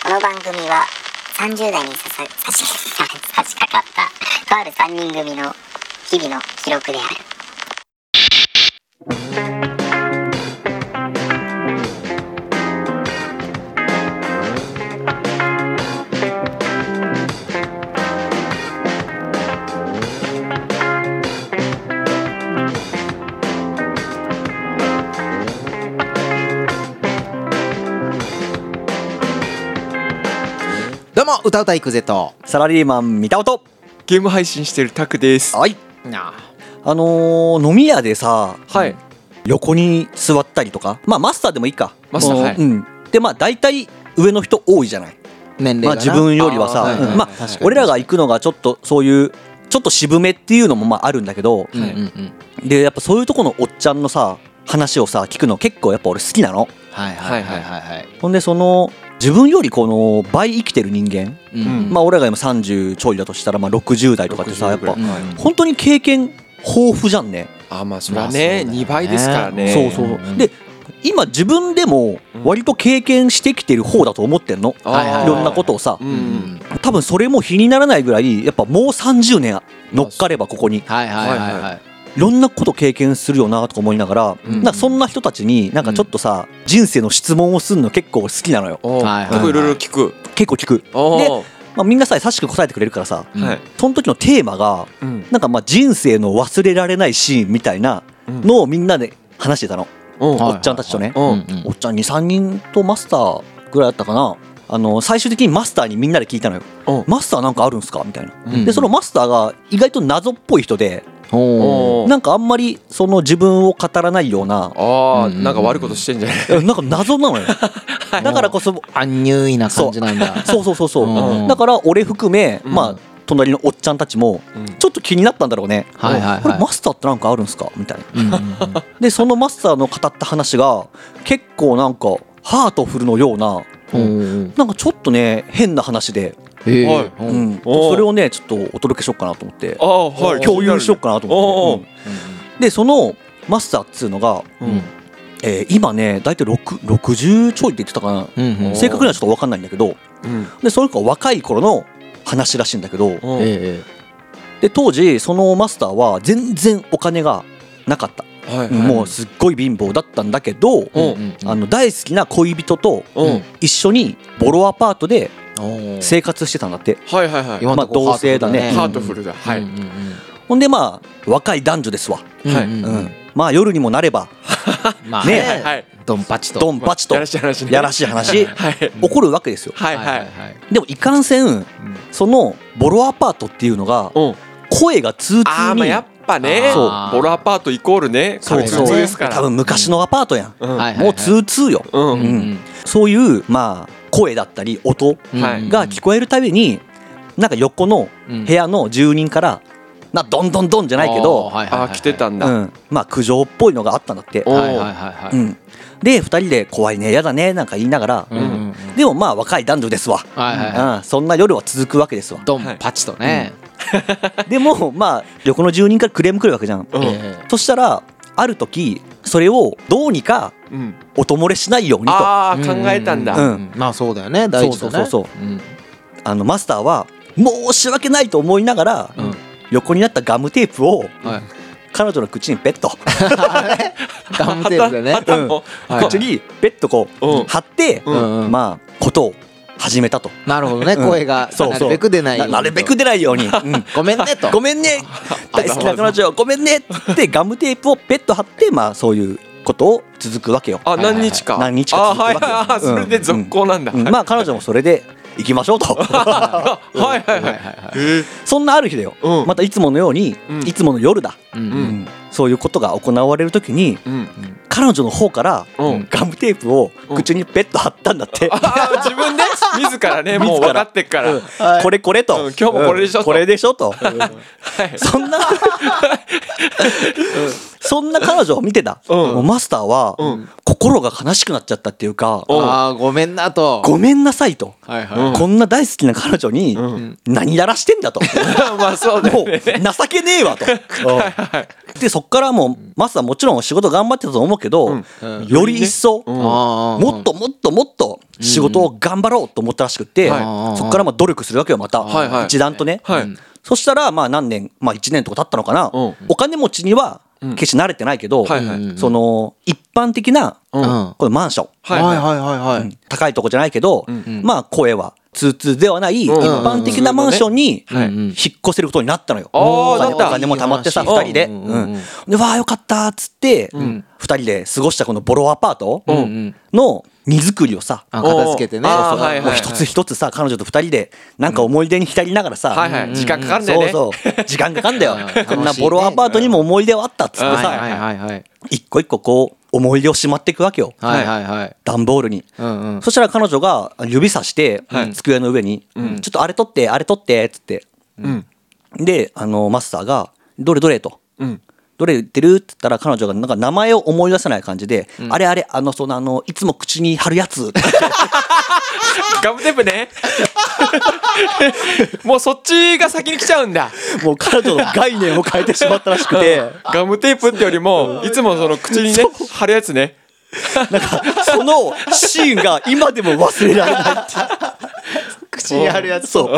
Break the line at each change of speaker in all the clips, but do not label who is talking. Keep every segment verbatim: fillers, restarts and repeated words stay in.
この番組はさんじゅう代にささ差し差し掛かったとあるさんにん組の日々の記録である。
どうも歌うたいくぜと
サラリーマン三田音。
ゲーム配信してるタクです。
はい。あのー、飲み屋でさ、
はい、
横に座ったりとか、まあマスターでもいいか。
マスター、はい、
うん。でまあ大体上の人多いじゃない。
年齢がな、
まあ自分よりはさ、
はいはいはい、
まあ俺らが行くのがちょっとそういうちょっと渋めっていうのもまああるんだけど、
はい、
でやっぱそういうとこのおっちゃんのさ話をさ聞くの結構やっぱ俺好きなの。
はいはいはいはいはい。
ほんでその自分よりこの倍生きてる人間、
うん、
まあ俺が今さんじゅうちょいだとしたらまあろくじゅう代とかってさやっぱ本当に
に
経験豊富じゃんね。
あまあそれはねにばいですからね。
そうそう、うん、で今自分でも割と経験してきてる方だと思ってんの、うん、いろんなことをさ、うん、多分それも比にならないぐらいやっぱもうさんじゅうねん乗っかればここに
はいはいはいはい
いろんなこと経験するよなとか思いながら、うん、なんかそんな人たちになんかちょっとさ、うん、人生の質問をするの結構好きなのよ。
結構いろいろ聞く。
結構聞く。で、まあ、みんなさ優しく答えてくれるからさ、うん、その時のテーマが、うん、なんかまあ人生の忘れられないシーンみたいなのをみんなで話してたの、うん、おっちゃんたちとね、うんうん、おっちゃん にさんにんとマスターぐらいだったかな。あの最終的にマスターにみんなで聞いたのよ。マスターなんかあるんすかみたいな、うん、でそのマスターが意外と謎っぽい人で、なんかあんまりその自分を語らないような、
あなんか悪いことしてんじゃない
なんか謎なのよだからこそ
アンニュイな感じなんだ。
そうそうそうそう、うん、だから俺含め、うん、まあ隣のおっちゃんたちもちょっと気になったんだろうね、うん、これマスターってなんかあるんすかみたいなでそのマスターの語った話が結構なんかハートフルのような、うん、なんかちょっとね変な話で、はいうん、それをねちょっとお届けしようかなと思って、
あ、はい、
共有しようかなと思って、うん、でそのマスターっつうのが、うんえー、今ね大体ろくじゅうちょいって言ってたかな、うんうん、正確にはちょっと分かんないんだけど、うん、でそれから若い頃の話らしいんだけど、うん、で当時そのマスターは全然お金がなかった、はいはい、もうすっごい貧乏だったんだけど、うん、あの大好きな恋人と一緒にボロアパートで生活してたんだって。
はいはいはい。
まあ同性だね。
ハートフルだ。はい。
ほんでまあ若い男女ですわ。はい。うん。まあ夜にもなれば
まあね、ドンパチと
ドンパチとやらしい話やらしい話起こるわけですよ。
はいはいはい。
でもいかんせんそのボロアパートっていうのが声が通通に。
ああまあやっぱね。そう。ボロアパートイコールね。
そうそうですから。多分昔のアパートやん。もう通通よ。うん。そういうまあ。声だったり音が聞こえるたびになんか横の部屋の住人からなどんどんどんじゃないけど
あ来てたんだ、
うん、まあ苦情っぽいのがあったんだって。でふたりで怖いねやだねなんか言いながら、うんうん、でもまあ若い男女ですわ、はいはいはいうん、そんな夜は続くわけですわ。
ドンパチとね、
うん、でもまあ横の住人からクレーム来るわけじゃん、うん、そしたらある時それをどうにか音漏れしないようにと、
ああ考えたんだ、
うん、まあそうだよね大事だね。
そうそうそうそう、うん、あのマスターは申し訳ないと思いながら、うん、横になったガムテープを、はい、彼女の口にペット
ガムテープでね、
うん、口にペットこう、うん、貼って、うんうん、まあことを始めたと。
なるほどね、声がなるべく出ないように、
なるべく出ないように、うん、
ごめんねと
ごめんね大好きな彼女ごめんねってガムテープをペット貼ってまあそういうことを続くわけよ。
あ何日か
何日か続くわけよ。
あはいはいそれで続行なんだ、
うんうん、まあ彼女もそれで行きましょうと
はいはいはいはい
そんなある日だよ、うん、またいつものように、うん、いつもの夜だ、うんうん、そういうことが行われる時に、うん、彼女の方から、うん、ガムテープを口にペット貼ったんだって、うん、
あ自分で自らねもう分かってっから、うん
はい、これこれと、
うん、今日もこれでしょ、うん、
これでしょと、うん、そんなそんな彼女を見てた、
うん
もうマスターは、
うん、
心が悲しくなっちゃったっていうか、
ああごめんなと
ごめんなさいと、
はいはい、
こんな大好きな彼女に、うん、何やらしてんだと
まあそうだよね、
もう情けねえわとでそっからもうマスターもちろん仕事頑張ってたと思うけど、うんうん、より一層、うん、もっともっともっと仕事を頑張ろうと思ったらしくて、うん、そっからまあ努力するわけよまた、はいはい、一段とね、はい、そしたらまあ何年、まあ、いちねんとか経ったのかな、うん、お金持ちには決して慣れてないけど、うんはいはい、その一般的な、うん、このマンション、はいはいはいはい、高いとこじゃないけど、うん、まあ声は通通ではない一般的なマンションに引っ越せることになったのよ。お金も貯まってさふたりで、うんうん、でわあよかったっつって、うん、ふたりで過ごしたこのボロアパートの荷造りをさ、
片付けてね、
そうそうもう一つ一つさ彼女とふたりでなんか思い出に浸りながらさ、
はいはい、時間かかるんだよね。
そうそう時間かかるんだよこんなボロアパートにも思い出はあったっつってさ、一個一個こう思い出をしまっていくわけよ、はいはいはい、段ボールに、うんうん、そしたら彼女が指さして、はい、机の上に、うん、ちょっとあれ取ってあれ取ってっつって、うん、であのマスターがどれどれと、うん、どれ言ってるって言ったら彼女がなんか名前を思い出せない感じで、うん、あれあれあのそのあのいつも口に貼るやつ
ガムテープねもうそっちが先に来ちゃうんだ。
もう彼女の概念を変えてしまったらしくて
ガムテープってよりもいつもその口にね貼るやつね
なんかそのシーンが今でも忘れられないって
口に貼るやつ
そう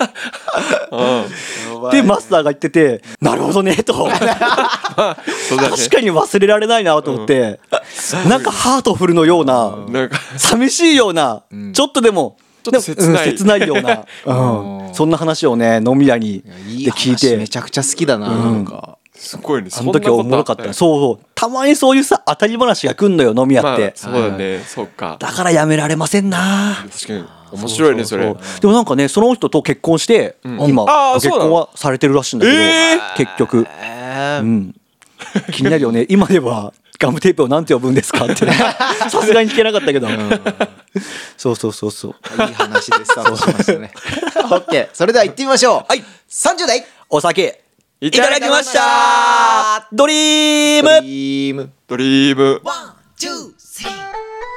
でマスターが言っててなるほどねとそうだね、確かに忘れられないなと思って、うん、なんかハートフルのような、うん、なんか寂しいような、うん、ちょっとでも
ちょっと切ない、
うん、切ないような、うん、そんな話をね飲み屋にで聞いて
めちゃくちゃ好きだな、うん、なんか
すごいね。
あの時はおもろかったね。そうそうたまにそういうさ当たり話が来んのよ飲み屋って、まあ、
そうだね、そうか
だからやめられませんな。
確かに面白いねそれ。
そうそうそうでもなんかねその人と結婚して、うん、今結婚はされてるらしいんだけど、えー、結局、えーうん、気になるよね今ではガムテープをなんて呼ぶんですかってさすがに聞けなかったけど、うん、そうそうそうそう
いい話でスタートしましたねオッケーそれでは行ってみましょう。
はい
さんじゅう代
お酒いただきましたドリーム
ドリーム
ドリーム
ワン、ツー、スリー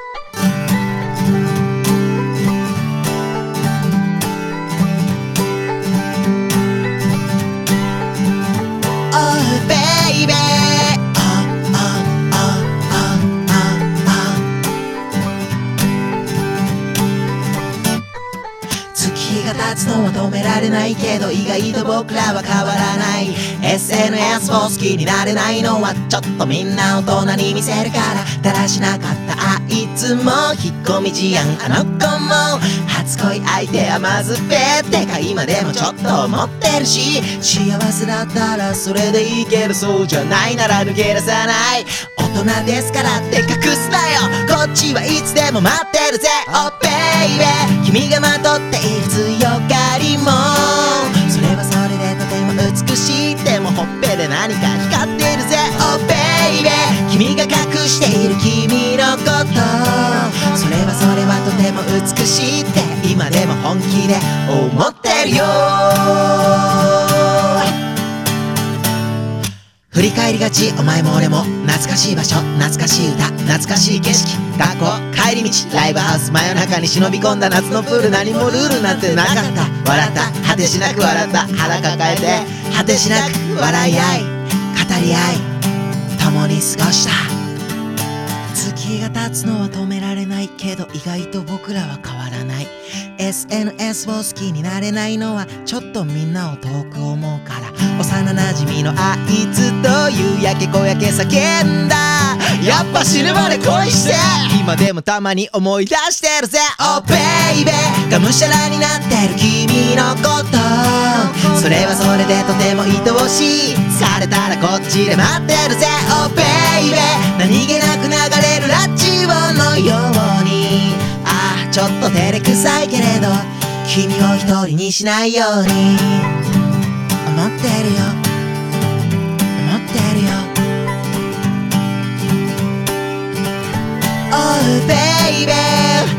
立つのは止められないけど意外と僕らは変わらない エスエヌエス を好きになれないのはちょっとみんな大人に見せるからだらしなかったあいつも引っ込み思案あの子も初恋相手はまずべってか今でもちょっと思ってるし幸せだったらそれでいいけどそうじゃないなら抜け出さない大人ですからって隠すなよこっちはいつでも待ってるぜ Oh baby 君がまとっている強がりもそれはそれでとても美しいでもほっぺで何か光ってるぜ Oh baby 君が隠している君のことそれはそれはとても美しいって今でも本気で思ってるよ振り返りがちお前も俺も懐かしい場所懐かしい歌懐かしい景色学校帰り道ライブハウス真夜中に忍び込んだ夏のプール何もルールなんてなかった笑った果てしなく笑った腹抱えて果てしなく笑い合い語り合い共に過ごした月が経つのは止められないけど意外と僕らは変わらない エスエヌエス を好きになれないのはちょっとみんなを遠く思うから幼なじみのあいつと夕焼け小焼け叫んだやっぱ死ぬまで恋して今でもたまに思い出してるぜ Oh baby がむしゃらになってる君のことそれはそれでとても愛おしい疲れたらこっちで待ってるぜ Oh baby 何気なく流れるラジオのようにああちょっと照れくさいけれど君を一人にしないように思ってるよ思ってるよ Oh baby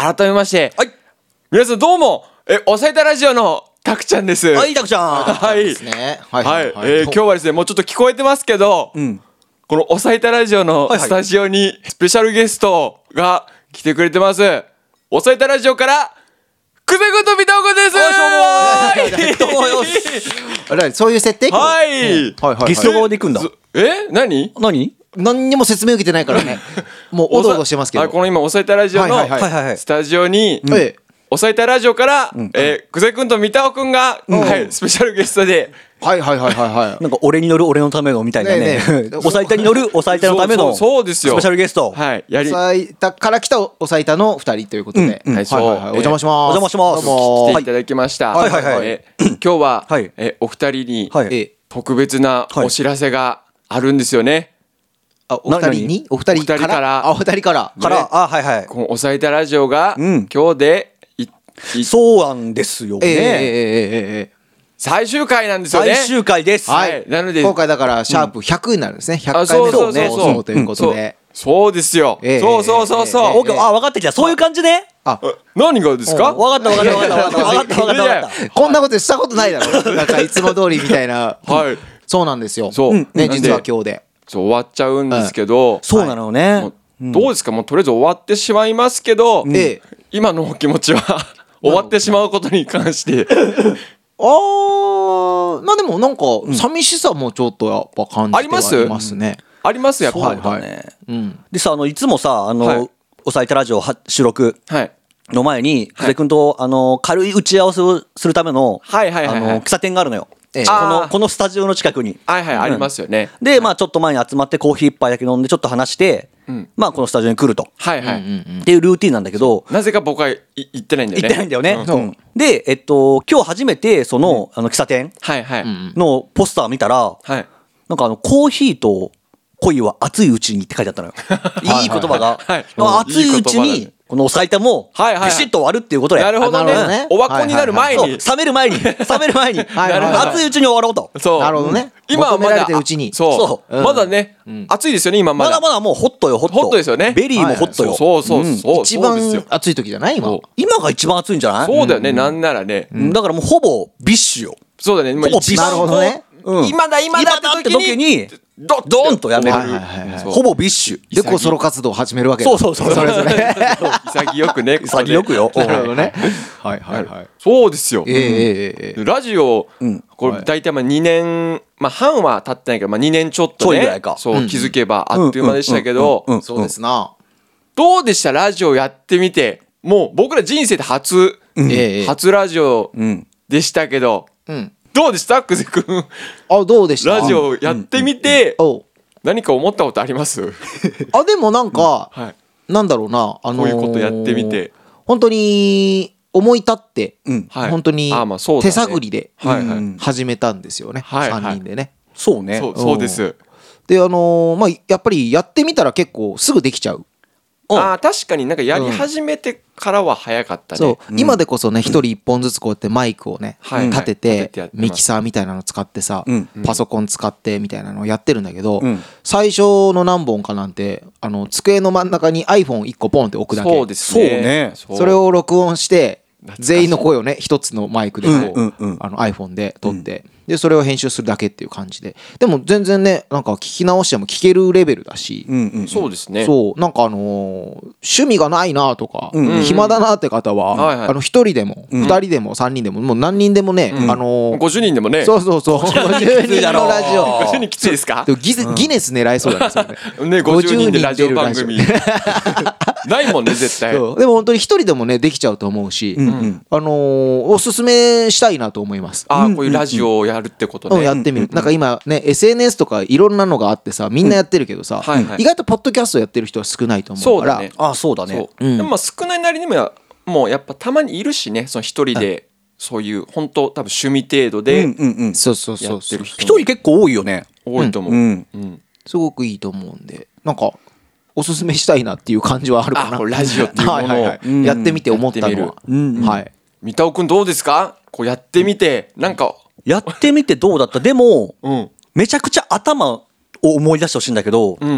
改めまして、
はい
皆さんどうも、え、おさえたラジオのたくちゃんです。
はい、たくちゃん。
はい。
ですね。はい
はい、
はいはい。
えー今日はですね、もうちょっと聞こえてますけど、
うん。
このおさえたラジオの
はいはい
スタジオにスペシャルゲストが来てくれてます。おさえたラジオから久世君と三田尾君です。
はいどうもよし。
あれそういう設定？
はい、
はいはいはい。
ゲスト側で行くんだ。
え、何？
何？
何にも説明受けてないからね。もうおどおどしてますけど。
あ、この今おさえたラジオの
はいはい
はいはいはい
スタジオに、
ええ
おさえたラジオから、えー、久世君と三田尾君が、はい、スペシャルゲストで、
はいはいはいはいはい。
なんか俺に乗る俺のためのみたいなね
ねえねえ。
おさいたに乗るおさいたのための
そうそうそうですよ
スペシャルゲスト。
はい、やり、来
さいたから来たおさいたの二人ということで。
うん
うん
はいはいはい。お邪魔します。
お邪魔します
どうも
ていただきました。
はいはいはい
えー今日は、
はい
えーお二人に、
はい。
ええ
特別なお知らせがあるんですよね。
あ、お二人にお二人か
お二人から
らあ、お二人から。
から、
ね
あ、はいはい。
このおさえたラジオが、
うん
今日でいい
そうなんですよ
ええええ
ね。
ええええ
最終回なんですよね。
最終回です。
は
はい
い。なので、
今回だからシャープひゃくになるんですね。ひゃっ
あ、
かい
そう
目の
そうそうそう。
放送ということで。
そうそうですよ。
ええ
そうそうそうそう。
ええええ
オッケー、あ、分かってきた。そういう感じで。
あ、
何がですか？
分かった分かった分かった分かった分かった分かった分かった。
こんなことしたことないだろ。なんかいつも通りみたいな。
はい。
そうなんですよ。
そう。
ね、
なんで
実は今日で。
そう終わっちゃうんですけど、
そうなの
も
ね
う。どうですか？もうとりあえず終わってしまいますけど、
ええ。
今のお気持ちは終わってしまうことに関して、
あー、まあでもなんか寂しさもちょっとやっぱ感じて
あります
はいますね。
ありますやっぱ
そう
り。
だね。
うん。
でさ、あのいつもさ、あ
はい
のおさいたラジオは収録
はい。
の前に久世君とあの軽い打ち合わせをするための
はいはいはいはい
あの喫茶店があるのよ。
ええ
こ
あー
のこのスタジオの近くに。
はいはい、ありますよね。
で、まあちょっと前に集まってコーヒー一杯だけ飲んでちょっと話して、
ん
まあこのスタジオに来ると。
はいはい。
っていうルーティンなんだけど、
なぜか僕はい言ってないんだよね。
行ってないんだよね。
うん
うんで、えっと、今日初めてその、あの喫茶店
はいはい。
のポスター見たら、
はい。
なんかあのコーヒーと恋は熱いうちにって書いてあったのよ。いい言葉が。
はい
まあ熱いうち
いい言葉だ
にこのおさいたも
はいはいはい
ビシッと終わるっていうことで。
なるほど
なるほどね
ね。おばこになる前
そう
に。
冷める前に冷める前に
はいはいはい
熱いうちに終わろうと。
そう。
なるほどね。
今はまだ
求められてるうちに。
そう
そう
まだね、暑いですよね今まだ
まだまだもうホットよホット。
ホットですよね
ベリーもホットよ。
そうそうそうそう
一
そうですよ
番暑い時じゃない今
そう。
今が一番暑いんじゃない？
そうだよね、なんならね、
だからもうほぼビッシュよ。
そうだね、もう
ほぼビッシュ。
なるほどね
うん
今だ今だって時に
ドドンとやめる
はいはいはいはい。
ほぼビッシュ。
で、こうソロ活動を始めるわけだ。
そうそうそう。
それぞれ。
潔くね、ここで
潔くよ。
なるほどね。はいはいはい。
そうですよ、
ええええええ。
ラジオ、
ん
これ大体まあにねん、まあ半は経ってないけど、まあにねんちょっとね
ちょいぐらいか
そう気づけばあっという間でしたけど、
うんうんうん
そうですな。
どうでしたラジオやってみて。もう僕ら人生で初、
ええ。
初ラジオ
うん。
でしたけど、
うん。
どうでした久世君。
あ、どうでした
ラジオやってみて、
おう
何か思ったことあります？
あ、でもなんか、
はい。
なんだろうな、あのー
こういうことやってみて。
本当に思い立って、
うん。
はい
本当に
あまあそうだね
手探りで
はいはい。
うん
始めたんですよね、
はいはい
さんにんでね。
そうね。
そうそうです。
で、あのーまあ、やっぱりやってみたら結構すぐできちゃう。
うん
ああ確かになんかやり始めてからは早かったね。
そう、今でこそね一人一本ずつこうやってマイクをね、
はい
立て
立てて
て
やってます
ミキサーみたいなの使ってさ、
うん
パソコン使ってみたいなのをやってるんだけど、
うん
最初の何本かなんてあの机の真ん中に アイフォンいっこポンって置くだけ。
そうですね。
そうね
それを録音して
懐かしい
全員の声をね一つのマイクでこう、
うんうんうん
あの iPhone で撮って、でそれを編集するだけっていう感じで、でも全然ねなんか聞き直しても聞けるレベルだし、
うんうん。
そうですね。
そうなんかあのー趣味がないなとか、
んうん
暇だなって方は、
はいはい
あの一人でも二人でも三人でももう何人でもね、
うん
あのー
ごじゅうにんでもね。
そうそうそうごじゅうにんのラジオ
ごじゅうにんきついですか？
でもギネギネス狙いそうだねそれね
ねごじゅうにんでラジオ番組
ごじゅうにん出る
ないもんね絶対。
そうでも本当に一人でもねできちゃうと思うし、
うんうん。
あのーおすすめしたいなと思います。
ああこういうラジオをやるってこと
うん
ね。
やってみる、なんか今ね エスエヌエス とかいろんなのがあってさみんなやってるけどさ、
はいはい
意外とポッドキャストやってる人は少ないと思うから
そうだね。
あ、そうだね。
そうでもまあ少ないなりにももうやっぱたまにいるしね、その一人でそういう本当多分趣味程度
うん
で
うんうん。
そうそう
や
そうそう
ってる人
一人結構多いよね。
多いと思う。
うん。
うん
すごくいいと思うんでなんかおすすめしたいなっていう感じはあるかな。
あこれラジオっていうものを
はいはいはい
うん
やってみて思ったのは、
うんうん
はい
三田尾くんどうですか？こうやってみてなんか
やってみてどうだった？でも、
うん
めちゃくちゃ頭を思い出してほしいんだけど、
うん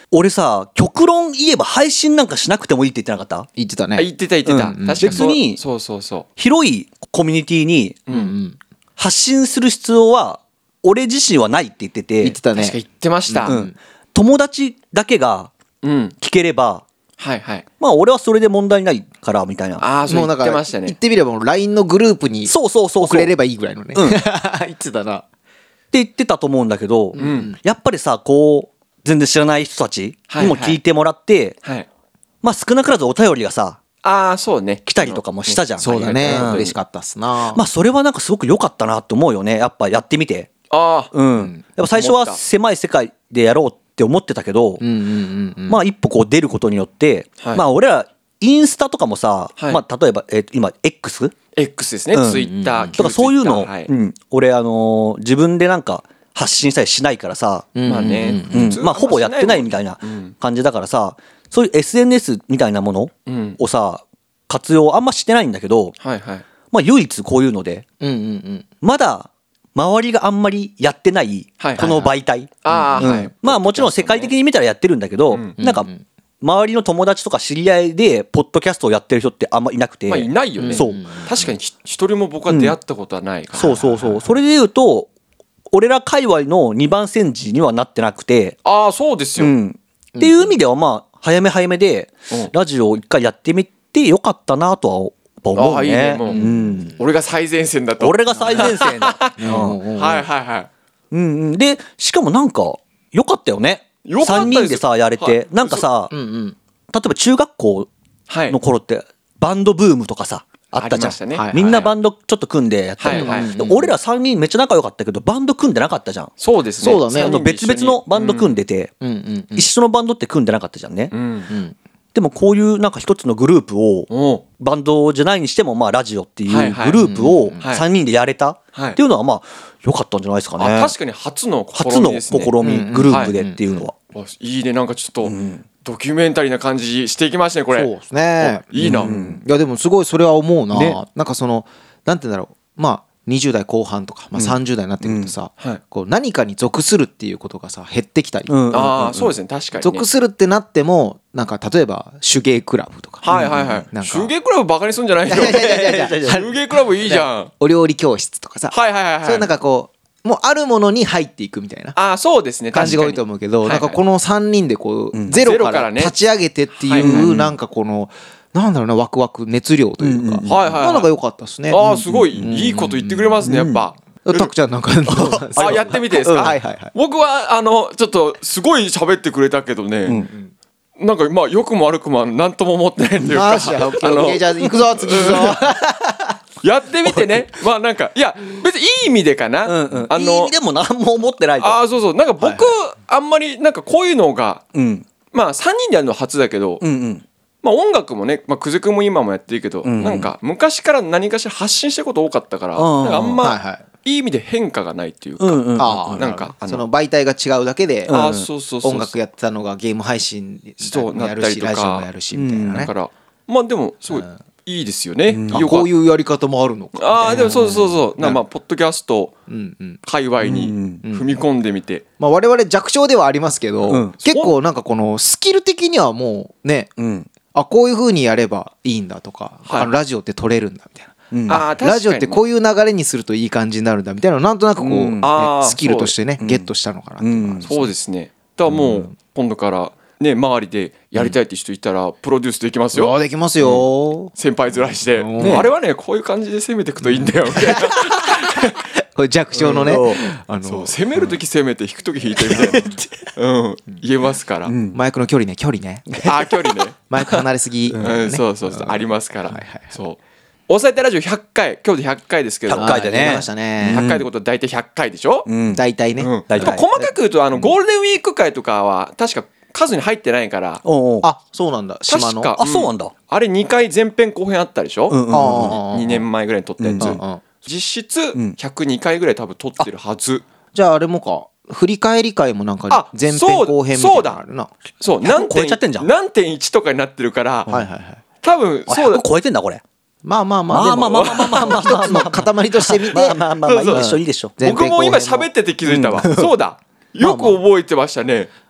俺さ極論言えば配信なんかしなくてもいいって言ってなかった？
言ってたね。
あ言ってた言ってた、
うんうん
確かそう
別に
そうそうそ
広いコミュニティに
う、うんうん、
発信する必要は俺自身はないって言ってて、
言ってたね。
確か言ってました、
う
うんん
友達だけが
うん
聞ければ
はいはい
まあ俺はそれで問題ないからみたいな。
ああそう言
もうだから
ってましたね
言ってみればもう ライン のグループに
そうそうそうそう
送れればいいぐらいのね。
うん
言ってたな。
って言ってたと思うんだけど、
ん
やっぱりさこう全然知らない人たちにも聞いてもらって、
はい
まあ少なからずお便りがさ
ああそうね
来たりとかもしたじゃん。
そうだね
うん。
嬉しかったっすな。
まあそれはなんかすごく良かったなって思うよね。やっぱやってみて。
ああ
うん。やっぱ最初は狭い世界でやろうって思ってたけど、
うんうんうんうん。
まあ一歩こう出ることによって、
はい
まあ俺らインスタとかもさ、
はい
まあ例えば、えー今 X
X ですね、
うん
ツイッター
とかそういうのを、
はい
うん、俺あのー自分でなんか発信したりしないからさ、
うん
まあね、
うん
普通
まあほぼやってないみたいな
うん
感じだからさ、そういう エスエヌエス みたいなもの
うん
をさ活用あんましてないんだけど、
はいはい
まあ唯一こういうので
うんうんうん。
まだ周りがあんまりやってない
はい
この媒体、
ああ、
うん
はい
まあもちろん世界的に見たらやってるんだけど、
うん
なんか周りの友達とか知り合いでポッドキャストをやってる人ってあんまいなくて、
まあいないよね、
そう
確かにひ一人も僕は出会ったことはないから、
そうそうそうそれで言うと俺ら界隈のにばん煎じにはなってなくて、
ああそうですよ、
うん、っていう意味ではまあ早め早めで
うん
ラジオを一回やってみてよかったなとはやっぱ思
ああいい
うね。
ねもう、
うん、
俺が最前線だと
俺が最前線だ、
うん
はいはいはい
うんうん、でしかもなんかよかったよね。
よかったです
さんにんでさやれて、
はい
なんかさ、
うんうん。
例えば中学校
はい
の頃ってバンドブームとかさあったじゃん、
ありましたね
はい
みんなバンドちょっと組んでやったりとか、
はいはい
で俺らさんにんめっちゃ仲良かったけどバンド組んでなかったじゃん。
そうですね
そうだね
あの別々のバンド組ん
で、
でて、
うんうんうん。
一緒のバンドって組んでなかったじゃんね、
うん
うん。
でもこういうなんか一つのグループを
おう
バンドじゃないにしてもまあラジオっていう
はいはい
グループを
はい
さんにんでやれた
はい
っていうのはまあ良かったんじゃないですかね。
あ確かに初の試
初の
みですね
試み、
うん
グループでっていうのは、
あいいねなんかちょっと、ドキュメンタリーな感じしていきましたねこれ
そうですね。
おいいな、
うんいやでもすごいそれは思うな、
ね
なんかそのなんて言うんだろう、まあにじゅう代後半とか、まあ、さんじゅう代になってくるとさ、
うんはい
こう何かに属するっていうことがさ減ってきたり、
うん
ああそうですね確かにね
属するってなってもなんか例えば手芸クラブとか、
はいはいはい
なんか
手芸クラブバカにすんじゃないよ
いやいやいやいやいや
手芸クラブいいじゃん
お料理教室とかさ、
はいはいはいはい
そういうなんかこうもうあるものに入っていくみたいな
ああそうですね
感じが多い
確かに
と思うけど、
はいはい
なんかこのさんにんでこう、
うん
ゼロか
ゼロからね
ら立ち上げてって
はいはい
いうなんかこのなんだろうなワクワク熱量というか、
うんうん
はいはいはい
なんか良かったですね。
ああすごいいいこと言ってくれますねやっぱ
たくちゃんなんか
あやってみてですか
うんはいはいはい
僕はあのちょっとすごい喋ってくれたけどねなんかまあ良くも悪くもなんとも思ってないっていうか
マジやオッケ
あの
ーオッケーじゃあ行くぞ次行くぞ
やってみてねまあなんかいや別にいい意味でかな、
うんうん、
あ
いい意
の
味でも何も思ってないと。
ああそうそうなんか僕、あんまりなんかこういうのが
うん
まあさんにんでやるのは初だけど、
うんうん
まあ音楽もね、まあ、久世君も今もやってるけど、
んうん
なんか昔から何かしら発信してること多かったから、
うん
なんかあん
はい
ま
はい
い意味で変化がないっていうか、
うんうん
ああ
なんかあの
その媒体が違うだけで、
うん
あーそうそうそう
音楽やってたのがゲーム配信
そう
もやる
なったりとか
しラジオもやるしみたいなね、
だからまあでもすごいいいですよね、
あ
よか
こういうやり方もあるのか
ああでもそうそうそうなんかまあポッドキャスト
うんうん
界隈に
うん
踏み込んでみて、
まあ、我々弱小ではありますけど、
うん
結構なんかこのスキル的にはもうね
うん
あこういう風にやればいいんだとか、
はい
あのラジオって撮れるんだみたいな、
うん
あー確かにね
ラジオってこういう流れにするといい感じになるんだみたいなのをなんとなくこう、
うん
ね
あー
スキルとしてね、
そう
ゲットしたのかなっていう感じですね
そうですねだからもう今度からね周りでやりたいって人いたらプロデュースできますよ、
あできますよ、
先輩ずらして、
ね
あれはねこういう感じで攻めていくといいんだよみたいな
これ弱小のね、
うん
あの
そう攻める時攻めて引く時引いてみたいな、うん、言えますから、
ん
マイクの距離ね距離ね
あ距離ね、
マイク離れすぎ、
うん
ね
そうそうそう、ありますから、
はいはいはい
そう抑えてラジオひゃっかい今日でひゃっかいですけど
ひゃっかいでね
あやりましたね、
ひゃっかいってことは大体ひゃっかいでしょ、
うん
大体ね、
うん
大体
細かく言うとあのゴールデンウィーク会とかは確か数に入ってないから
おうおう
あそうなんだ島の
確か
あそうなんだ
あれにかい前編後編あったでしょ、
うんうん
あ
にねんまえぐらいに撮ったやつ、
うんうん
実質
ん
ひゃくにかいぐらい多分撮ってるはず、
じゃああれもか振り返り会もなん
あ
か前編
そう
後編みたいなのあるな
そう
ひゃく
何点
超えちゃってんじゃん
何点いちとかになってるから、
はいはいはい
多分
あ
そうだ
ひゃく超えてんだこれ。
まあまあまあ
まあまあまあまあまあまあまあまあ
でも一つの塊として見て
まあまあまあまあいい
そうそう
でしょいいでしょ。
前編
僕も今
後編も
喋ってて気づいたわ、そうだよく覚えてましたね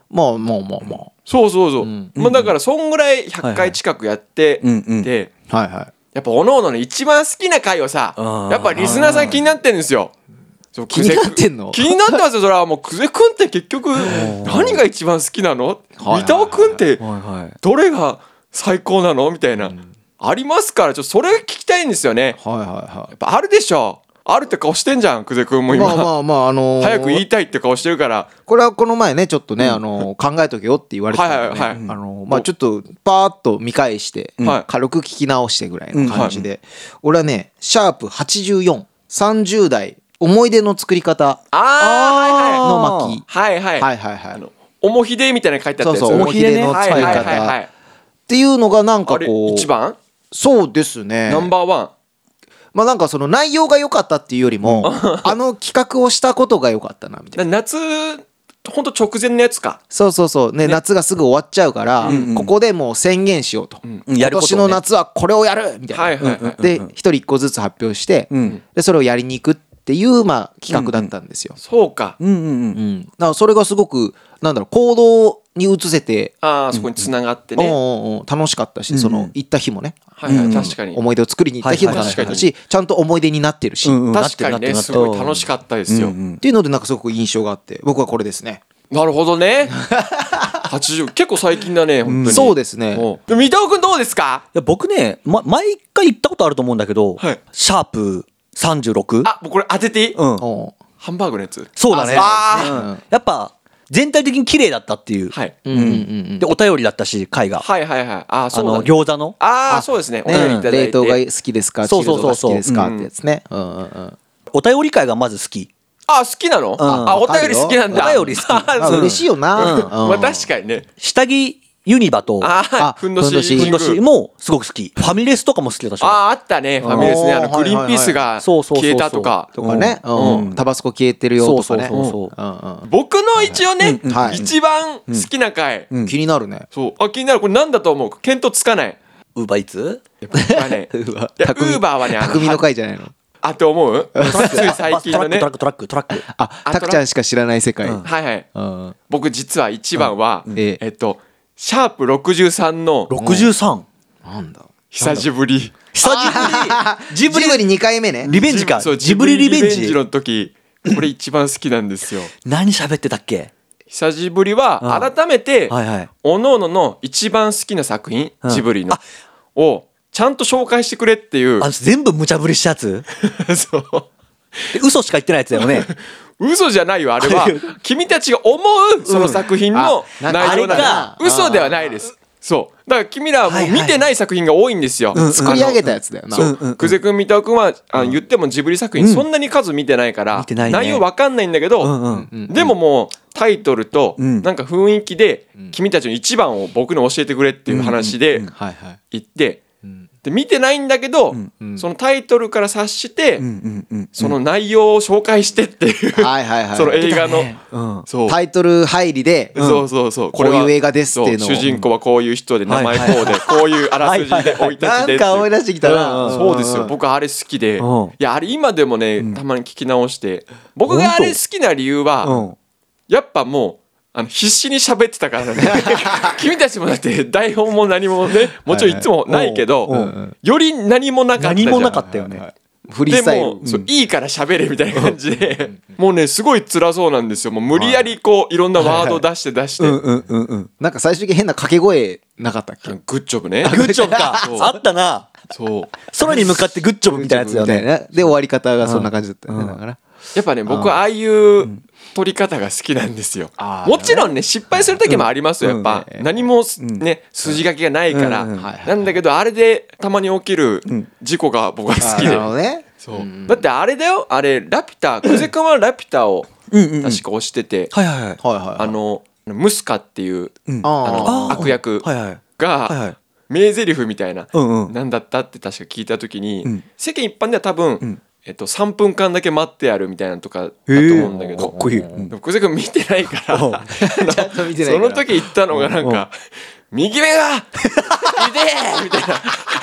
まあまあまあまあ
そうそうそう、
うん
まあ、だからそんぐらいひゃっかい近くやって
うんうん
て、
はいはい
やっぱおのおのの一番好きな回をさ
あー
やっぱリスナーさん気になってるんですよ。そう
気になってんの
気になってますよ。それはもう久世くんって結局何が一番好きなの、
はい
三田尾くんって
はいはい
どれが最高なのみたいな、ありますから、ちょっとそれ聞きたいんですよね。
はいはいは
やっぱあるでしょ。あるって顔してんじゃん久世くんも今、
いまあまあまああのー
早く言いたいって顔してるから。
これはこの前ねちょっとね、あのー考えとけよって言われてたんで、ね
はいはいはい
あのーまあちょっとパーッと見返して、
はい
軽く聞き直してぐらいの感じで、俺はねシャープはちじゅうよん、さんじゅう代思い出の作り方
あ
の巻
ーはいはいはいはい、
はいはいはい
あのおもひでみたいなの書いてあったやつ。
そうそうおもひでの使い
はいはいはいは
方
い
っていうのがなんか
あれ
こう
一番
そうですね
ナンバーワン。
まあなんかその内容が良かったっていうよりもあの企画をしたことが良かったなみたいな。
な夏ほんと直前のやつか。
そうそうそうね夏がすぐ終わっちゃうから、
んうん
ここでもう宣言しようと、
うん
今
やることをね
年の夏はこれをやるみたいな、
はいはいはい。
で一人一個ずつ発表して、
うん
でそれをやりに行くっていうまあ企画だったんですよ、
そうか。
うんうんうん
うんだからそれがすごくなんだろう行動に移せて、
ああそこに繋がって
うん
ね。
うんうん楽しかったし、その行った日もね
はいはい
うん
確かに。
思い出を作りに行った日も
はいはいはい
楽しかったし、ちゃんと思い出になってるし、
うんうん
確かに
なってるなってる
ねすごい楽しかったですよ。
うんうん
っていうのでなんかすごく印象があって僕はこれですね。
なるほどね。はちじゅう結構最近だね本当に。
そうですね。
おで三田尾くんどうですか。
いや僕ね、ま、毎回言ったことあると思うんだけど、
はい
シャープさんじゅうろく。
あもうこれ当てていい、
うん、
おう
ハンバーグのやつ。
そうだね。
あ
うんやっぱ全体的に綺麗だったっていう。
はい
うんうんうんうん
でお便りだったし回が、
はいはいはい。あ
あの
そうだね。
餃子の。
ああそうですね。お
ね
便りいただいて。
冷凍が好きですか
そうそうそうそう
チルドが好きですか
うん
ってやつね。うんうんうん
お便り会がまず好き。
あ好きなの？あお便り好きなんだ。
お便り好き
あ
あ
そう
嬉しいよな。
うん
うん
まあ確かにね。
下着ユニバと
あ
あ
あふんどし
ふんどし
ふんどし
神宮
もすごく好き。ファミレスとかも好きだったし。
あああったねファミレスね。あの
おー
グリーンピースが
そうそうそうそう
消えたとか。
とかね、
うん
うんタバスコ消えてるよとかね。
そうそうそう
うんうん
僕の一応ね
うんはい
一番好きな回。
うん
気になるね。
そうあ気になるこれなんだと思う見当つかない。
ウーバーイーツ？
まあね。
うわ
いやウ
匠
ーバーはねあの
匠の回じゃないの。
あって思う？つい最近のね
トラックトラックトラックトラック。
あ、たくちゃんしか知らない世界。
うん
はいはい。
うん
僕実は一番は
ええ
えっとシャープろくじゅうさんの
ろくじゅうさん。
なんだ。
久しぶり。
久しぶり。ジブリ
ジブリにかいめね。
リベンジか。
そう
ジブリリベンジ。
の時これ一番好きなんですよ。
何喋ってたっけ？
久しぶりは改めて
はいはい。
おのおのの一番好きな作品
うん
ジブリの
あ
をちゃんと紹介してくれっていう
あ全部無茶ぶりしたやつ？
そう
で嘘しか言ってないやつだよね。
嘘じゃないよあれは君たちが思うその作品の
うんあなんか
内容なん
あ
だ
れか
嘘ではないですそうだから君らはもう見てない作品が多いんですよ
うんうん
作り上げたやつだよな。
そう、
うんうんうん
久世君三田君はあの言ってもジブリ作品そんなに数見てないから、
見てないね
内容わかんないんだけど、
うんうん。
うん
でももうタイトルと
うん
なんか雰囲気で君たちの一番を僕に教えてくれっていう話で
はいはい。
言って
うん
で見てないんだけど、
うん
うん
そのタイトルから察して、
うんうんうん。
その内容を紹介してっていう、
はいはいはい。
その映画の、
うん。
そう
タイトル入りで、
そうそうそう
こういう映画ですっていうのを
そう主人公はこういう人で名前こうでこういうあらすじで生い立
な
ちでっていう
んか思い出してきたな。
うん
そうですよ僕あれ好きでい
うん
やあれ今でもねたまに聞き直して僕があれ好きな理由は
うん。
やっぱもうあの必死に喋ってたからね君たちもだって台本も何もねもちろんいつもないけど
うんうん
より何もなかったじゃん
何もなかったよね。
で
フリースタイル。
もそういいから喋れみたいな感じでもうねすごい辛そうなんですよもう無理やりこういろんなワードを出して出して
うんうんうんうん。
なんか最終的に変な掛け声なかったっけ？
グッジョブね
グッジョブか。
そう
あったな。
そう
空に向かってグッジョブみたいなやつだよね。
みたいなで終わり方がそんな感じだったよね。
うん
だから。
やっぱね僕はああいう撮り方が好きなんですよ
あー
もちろんね失敗する時もありますよやっぱ
うん
何もね筋書きがないから
うんうん
なんだけどあれでたまに起きる事故が僕は好きで
なるほどね。
そうだってあれだよあれラピュタ久世君はラピュタを
うんうんうん。
確か推してて
はいはいはい。
はいはいはい。
あのムスカっていう
うん
あ
あの
あー
悪役
はいはい。はい
が
はい。
名台詞みたいな
うんうん。
なんだったって確か聞いた時に
うん
世間一般では多分
ん
えっとさんぷんかんだけ待ってやるみたいなのとかだと思うんだけど
かっこいい。うん
でも久世君見てないから
うん
ちゃんと見てないから。
その時言ったのがなんか「右目が痛え!」みたいな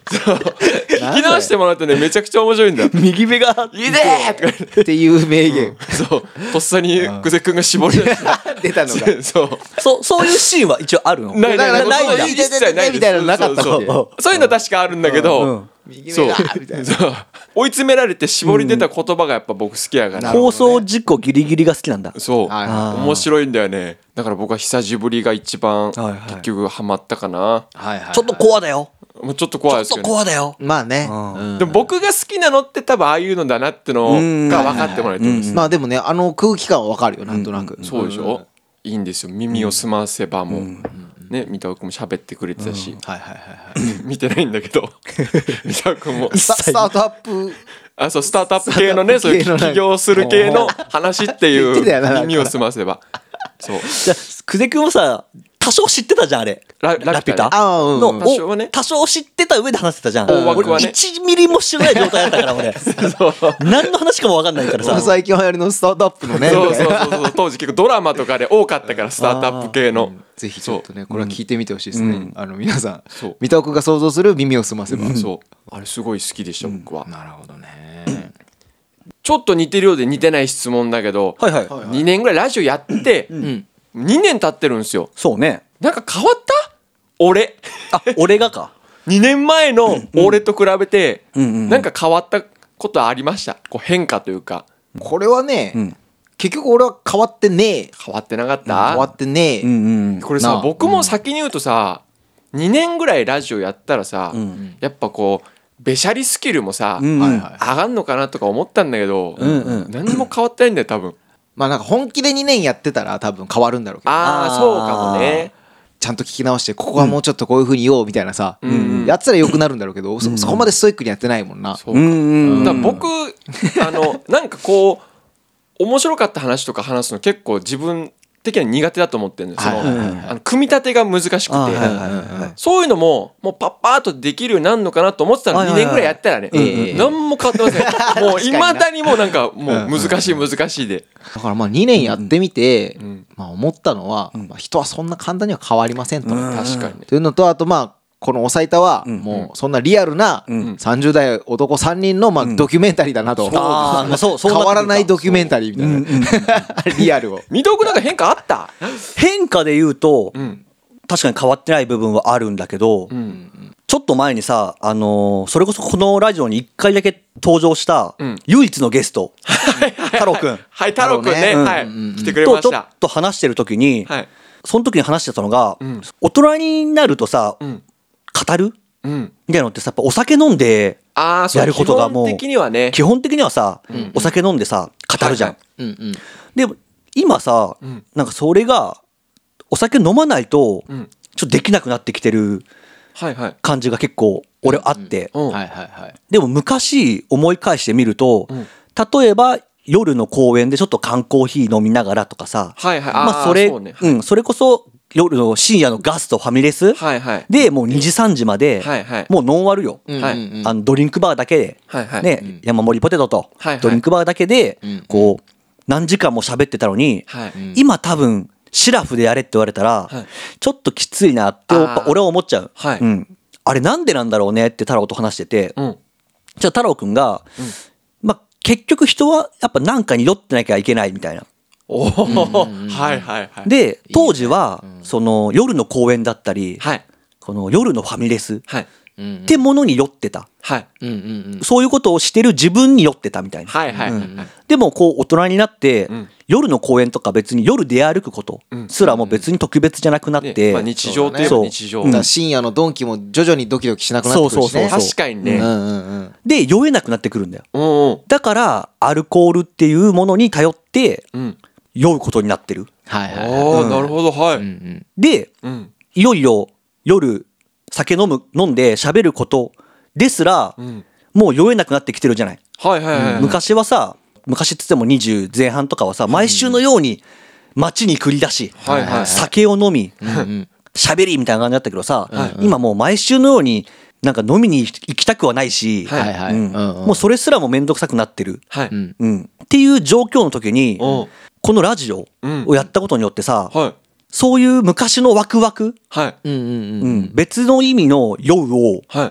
聞き直してもらうとねめちゃくちゃ面白いんだよ。
右目が
いいねーとか言って
っていう名言
そうとっさに久世君が絞り出した
出たのが
そう
そそういうシーンは一応あるの？
ないないない
ないんだ
一切ないです
みたいなのなかったっけ
そうそうそういうの確かあるんだけど、
うん
そう
右目がみたいな
そう追い詰められて絞り出た言葉がやっぱ僕好きやから、
放送事故ギリギリが好きなんだ。
そう
はい
あー
面白いんだよね。だから僕は久しぶりが一番
はいはい
結局ハマったかな。
はいはい
ちょっとコアだよ。
もうちょっと怖いです
ちょっと
けど、ね、
コアだよ。
まあね
うん
うん
でも僕が好きなのって多分ああいうのだなってのが分かってもらえてるんです、
まあでもねあの空気感はわかるよなんとなく
そうでしょ、いいんですよ。耳を澄ませばも、ね、三田尾君も喋ってくれてたし、
はいはいはいはい
見てないんだけど三田尾君も
スタスタートアップ
あそうスタートアップ系のねそういう起業する系の話ってい
言ってたよななんか
う耳を澄ませばそう
じゃあ久世君もさ多少知ってたじゃんあれ。
ララピュタね
あーうん
の
うん
多少はね
多少知ってた上で話してたじゃん。
大枠はね
俺いちミリも知らない状態だったから俺。何の話かも分かんないからさ。
最近流行りのスタートアップのね
そうそうそうそう当時結構ドラマとかで多かったからスタートアップ系の
ぜひちょっとねこれは聞いてみてほしいですねあの皆さん
そう
三田尾君が想像する耳を澄ませば
そうあれすごい好きでした僕は。
なるほどね
ちょっと似てるようで似てない質問だけど、
はいはい。
にねんぐらいラジオやって、
ん
にねん経ってるんですよ。
そうね。
なんか変わった俺
あ俺がか。
にねんまえの俺と比べて、
うんうん
なんか変わったことありました？こう変化というか
これはね
ん
結局俺は変わってねえ
変わってなかった？
変わってね
うん
え
うん。
これさ
なあ
僕も先に言うとさ、にねんぐらいラジオやったらさ、
ん
やっぱこうべしゃりスキルもさ、
うん
はいはい
上がんのかなとか思ったんだけど、
うんうん
何も変わってないんだよ多分。
まあなんか本気でにねんやってたら多分変わるんだろうけど
ああそうかもね。
ちゃんと聞き直してここはもうちょっとこういう風に言おうみたいなさ
ん
やってたら良くなるんだろうけどそそこまでストイックにやってないもんな
そうか。
うんうん。
だから僕あのなんかこう面白かった話とか話すの結構自分的には苦手だと思ってるんですよ。
はいはいはいはい
あの組み立てが難しくて、
あはいはいはい
そういうのももうパッパーっとできるようになるのかなと思ってたら
はいはいはい
にねんぐらいやったらね、
ええ
何も変わってません。もういまだにもうなんかもう難しい難しいで。
だからまあにねんやってみて
ん
まあ思ったのはまあ人はそんな簡単には変わりませんと
うん
確かにね。
というのとあとまあこのおさいたはもうそんなリアルなさんじゅう代男さんにんのまあドキュメンタリーだなと
あーまあそうそうなってくるか
変わらないドキュメンタリーみたいなリアルを
未読なんか変化あった？
変化で言うと、
ん
確かに変わってない部分はあるんだけど、
ん
ちょっと前にさ、あのーそれこそこのラジオにいっかいだけ登場した
ん
唯一のゲスト、太郎くん
はい太郎くんね、
太郎ね
はい、
うんうんうん
来てくれ
とちょっ
ました。
と話してる時に、
はい。
その時に話してたのが、
ん
大人になるとさ、
ん
語る
うん。
みたいなのってさやっぱお酒飲んで
ああそう
やることがもう
基本的にはね。
基本的にはさ、お酒飲んでさ語るじゃん。
はい
うんうん
でも今さ、
ん
なんかそれがお酒飲まないと
ん
ちょっとできなくなってきてる
はいはい。
感じが結構俺あって、
うん
はいはいはい
でも昔思い返してみると、
ん
例えば夜の公園でちょっと缶コーヒー飲みながらとかさ、
はいはい。
まあそれ
そうね。
うんそれこそ夜の深夜のガストファミレス
はいはい。
でもうにじさんじまで
はいはい
もうノンアルよ、
うん
はい
うんうん
あのドリンクバーだけで、
はいはい。
ね、山盛りポテトと
はいはい
ドリンクバーだけで
ん
こう何時間も喋ってたのに、
はい。
今多分シラフでやれって言われたら、
はい
ちょっときついなってやっぱ
あー
俺は思っちゃう、
はい
うん、あれなんでなんだろうねって太郎と話してて、
うん。
じゃあ太郎くんが、まあ、結局人はやっぱ何かに酔ってなきゃいけないみたいな。
おお。はいはいはい。
で当時はその夜の公園だったり、
はい
この夜のファミレスっ
はい
うん
てものに酔ってた、
はい
うんうんうん
そういうことをしてる自分に酔ってたみたいな。
はいはいはいはい。
でもこう大人になって、
ん
夜の公園とか別に夜出歩くことすらも別に特別じゃなくなって、
ねまあ日常といえば日常。
そう
だから深夜のドンキも徐々にドキドキしなくなってくるしね
そうそうそう
確かにね。
うんうんうん
で酔えなくなってくるんだよ。
うんうん
だからアルコールっていうものに頼って
うん。
酔うことになってる。
はいはいはい
ああなるほどはい。
うんうん
で
うん
いよいよ夜酒飲む飲んで喋ることですら、
ん
もう酔えなくなってきてるじゃない。
はいはいはい。
昔はさ昔っつってもにじゅうぜん半とかはさ毎週のように街に繰り出し、
はいはいはい
酒を飲み
うん
喋りみたいな感じだったけどさ、
はい
今もう毎週のようになんか飲みに行きたくはないし、
はい
はいはい
うん
うんうん
もうそれすらも面倒くさくなってる、
はい。
うん
うん、っていう状況の時に
うん
このラジオ
うん
をやったことによってさ、
はい
そういう昔のワクワク、
はい
うんうん
う
うん
ん、別の意味の酔うを
はい。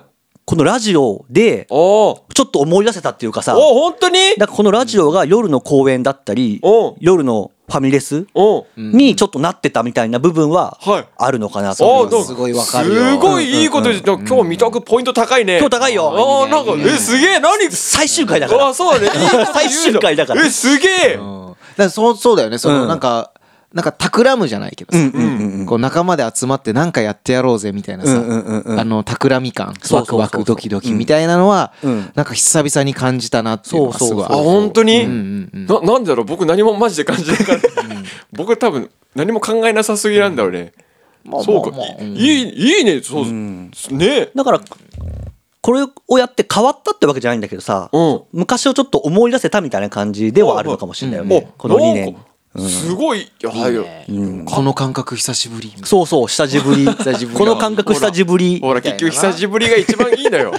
このラジオで
おー
ちょっと思い出せたっていうかさ、
おー本当に
だからこのラジオが夜の公演だったり
お
夜のファミレス
おー
にちょっとなってたみたいな部分は
はい
あるのかなと思います。
あー
すごいわかるよ
すごいいいことです、今日味覚ポイント高いね。
今日高いよ
あーなんかえすげえ何
最終回だから
あそうだね
最終回だから
えすげえ
うんだからそうそうだよねその、
うん
なんかなんか企むじゃないけどさ、
うんうんうんうん
こう仲間で集まって何かやってやろうぜみたいなさ、
うんうんうんうん
あの企み感
そうそうそうそう
ワクワクドキドキみたいなのは、
うん
なんか久々に感じたなっていうのがすごい
あ本当に、
うんうんうん
ななんだろう僕何もマジで感じないから、僕多分何も考えなさすぎなんだろうね、
まあ
そうか、
まあまあうん
いいいいねそう、
ん
ね
だからこれをやって変わったってわけじゃないんだけどさ、
うん
昔をちょっと思い出せたみたいな感じではあるのかもしれないよね、
お
このにねん
なんかすごいいやはいよ
この感覚久しぶり
そうそう久しぶり
久しぶり
この感覚久しぶり
ほら結局久しぶりが一番いいのよ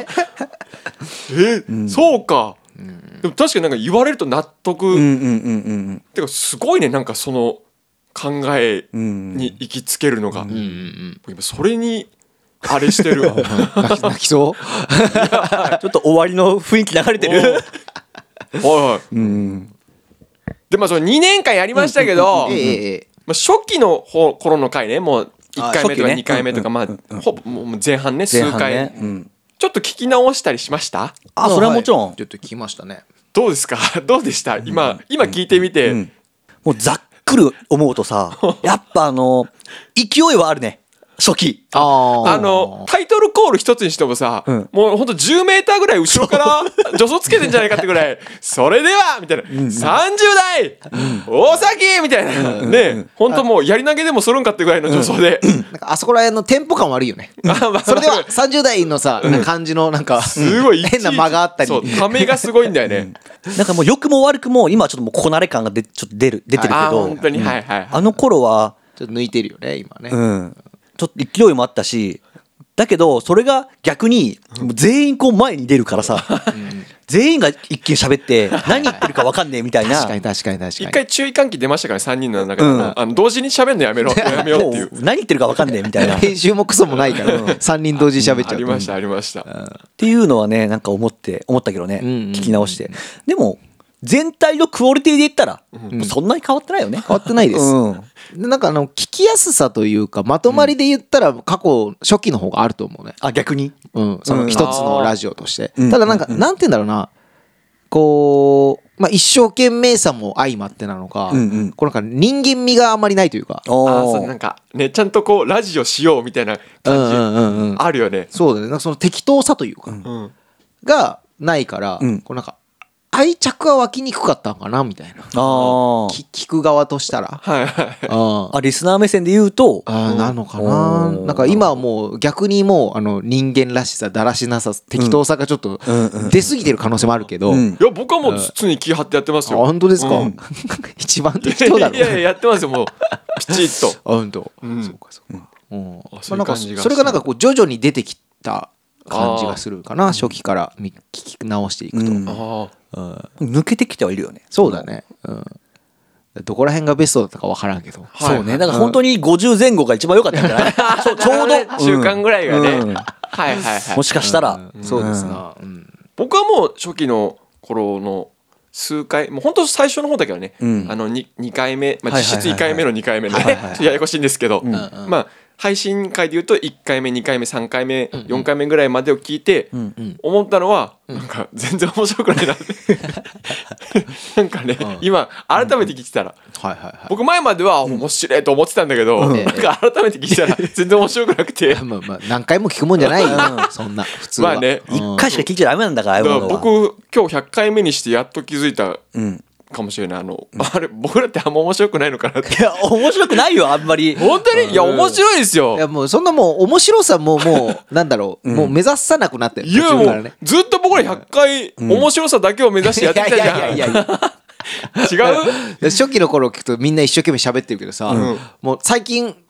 え、そうか、でも確かになんか言われると納得、
うんうんうんうん
てかすごいねなんかその考え
うん
に行きつけるのが、
うんうん
今それにあれしてるわ
泣き泣きそう
ちょっと終わりの雰囲気流れてる
はいはい
うん
でまあそのにねんかんやりましたけど、
ええええ
まあ、初期の方頃の回ねもういっかいめとか
あ初期ね
にかいめとか、まあほぼもう前半ね数
前半
回、
ねうん
ちょっと聞き直したりしました
あそれはもちろん
いちょっと聞きましたね
どうですかどうでした今今聞いてみて、
うんもうざっくり思うとさやっぱあの勢いはあるね初期
あー
あのタイトルコール一つにしてもさ、
うん
もうほんとじゅうメーターぐらい後ろから助走つけてんじゃないかってぐらいそれではみたいな、さんじゅう代、大崎みたいな、ねほんともうやり投げでもするんかってぐらいの助走で、
なんかあそこら辺のテンポ感悪いよね
あまあ
それではさんじゅう代のさ感じのなんか
すごい
変な間があったり
そうためがすごいんだよね、
なんかもう良くも悪くも今はちょっともうここなれ感がでちょっと出る出てるけ
あ
ど
本当に、はいはいはい
あの頃は
ちょっと抜いてるよね今ね
うんちょっと勢いもあったしだけどそれが逆にもう全員こう前に出るからさ全員が一気に喋って何言ってるか分かんねえみたいな
確かに確かに確かに
一回注意喚起出ましたからさんにんの中で、
うん
あの同時に喋るのやめろやめようっていう
もう何言ってるか分かんねえみたいなっ
編集もクソもないからさんにん同時に喋っちゃうと
ありましたありました、
ていうのはねなんか思って思ったけどね
うんうん
聞き直してでも全体のクオリティで言ったらもうそんなに変わってないよね
変わってないです
うん
でなんかあの聞きやすさというかまとまりで言ったら過去初期の方があると思うね
あ逆に
うんその一つのラジオとして
うん
ただなんかなんて言うんだろうなこうまあ一生懸命さも相まってなのか
うんうん
こうなんか人間味があんまりないというか
お
あーそうなんかねちゃんとこうラジオしようみたいな
うん
感じ、
うんうんうん
あるよね、
そうだねなんかその適当さというか
うん
がないから
うん
こうなんか愛着は湧きにくかったのかなみたいな
あー
き聞く側としたら
はいはい
あ
あリスナー目線で言うと
あーなのかな
うん
なんか今はもう逆にもうあの人間らしさだらしなさ適当さがちょっと
うんうん
出過ぎてる可能性もあるけど、
うん
いや僕はもう常に気張ってやってます
あ
よ、
本当ですか、
うん
一番適当だろ
いやいややってますよもうピチッと
あ本当、
うん
そうかそうか、うん
あそういう
まあなんか
感じが
それがなんかこう徐々に出てきた感じがするかな初期から見聞き直していくと、
うん
あ
抜けてきてはいるよね
そうだね、うん、どこら辺がベストだったか分からんけど
はい
そうねだから本当にごじゅうぜん後が一番良かったんじゃないそうちょうど
中間ぐらいがね、
うん
はいはいはい
もしかしたら
うんそうですな、うん
僕はもう初期の頃の数回もう本当最初の方だけどね、
うん
あの 2, 2回目、まあ、
はいはいはいはい
実質いっかいめのにかいめのね、
はいはいはい
ちょっとややこしいんですけど、
うん
まあ配信回で言うといっかいめにかいめさんかいめよんかいめぐらいまでを聞いて
うん
思ったのはなんか全然面白くないなってなんかね今改めて聞いてたら
はいはいはい
僕前までは面白いと思ってたんだけど
うん
なんか改めて聞いたら全然面白くなくて
まあまあ何回も聞くもんじゃないよそんな普通は
まあね
うん
一回しか聞いちゃダメなんだからああい
だから
うものは
僕今日ひゃっかいめにしてやっと気づいた
うん
かもしれないあの、あれ僕らってあんま面白くないのかなって
いや面白くないよあんまり
本当にいや面白いですよ
いやもうそんなもう面白さももうなんだろう、もう目指さなくなってる
いやもう
途中からね
ずっと僕らひゃっかい面白さだけを目指してやってきたじゃん
いやいやいやいや
違う
初期の頃聞くとみんな一生懸命喋ってるけどさ、もう最近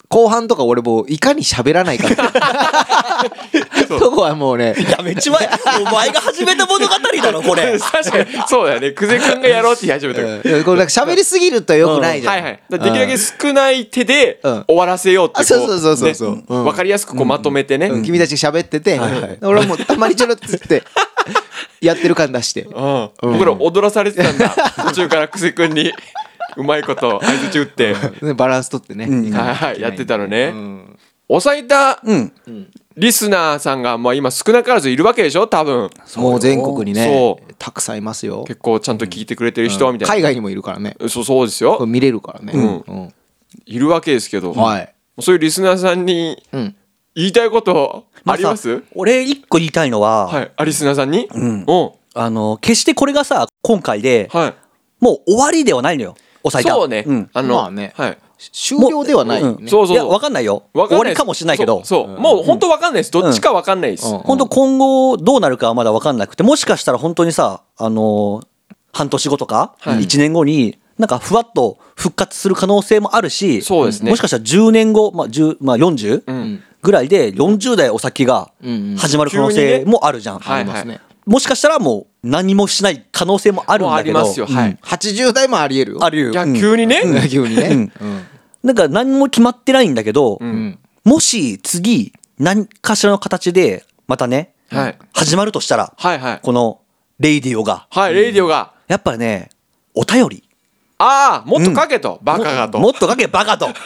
後半とか俺もういかに喋らないかってそこはもうね
いやめっちゃ前お前が始めた物語だろこれ
確かにそうだよね。久世君がやろうって言い始めたから
うんこれなんか喋りすぎるとよくないじゃん、
はいはい。だからできるだけ少ない手で
うん
終わらせようってこ
あそうそうそうそうそう
ね
うん
わかりやすくこうまとめてね。
うん君たち喋ってて、
はいはい
俺はもうたまにちょろっつってやってる感出して
うん僕ら踊らされてたんだ。途中から久世君にうまいこと相槌打って、
ねバランス取ってね、
うん
はいはいやってたのね。
うん
抑えた
うん
リスナーさんがまあ今少なからずいるわけでしょ多分。
もう全国にね
そ
たくさんいますよ、
結構ちゃんと聞いてくれてる人みたいな。
海外にもいるからね
そうそうですよ。
これ見れるからね、
うん
うん
いるわけですけど。
はい、
そういうリスナーさんに
うん、
言いたいことあります？
俺一個言いたいのは、
はい。あリスナーさんに。
うん
うん。
あの決してこれがさ今回で
はい。
もう終わりではないのよ抑えた
そうね。
ん
あの、
まあね
はい。
終了ではないよね、
うん
そうそうそう
いや分かんないよ
わかんないです
終わりかもしれないけど
そうそうもう本当わかんないです。どっちかわかんないです。
うん
本当今後どうなるかはまだ分かんなくてもしかしたら本当にさあのー半年後とか
はい
いちねんごになんかふわっと復活する可能性もあるし
そうですね
もしかしたらじゅうねんごまあじゅうまあよんじゅう
うん。
ぐらいでよんじゅう代お先が
うんうん
始まる可能性もあるじゃん
はい
りますね
もしかしたらもう何もしない可能性もあるんだけど
もうありますよ。は
うん
い。
はちじゅう代もありえるよ
あるよ
いや
うん
急にね。
急にね、
うん
うん
なんか何も決まってないんだけど、
うん
もし次何かしらの形でまたね、
はい
始まるとしたら
はいはい
このレイディオが
はい。レイディオが
やっぱりねお便り
ああもっとかけとバカがと。
もっとかけバカと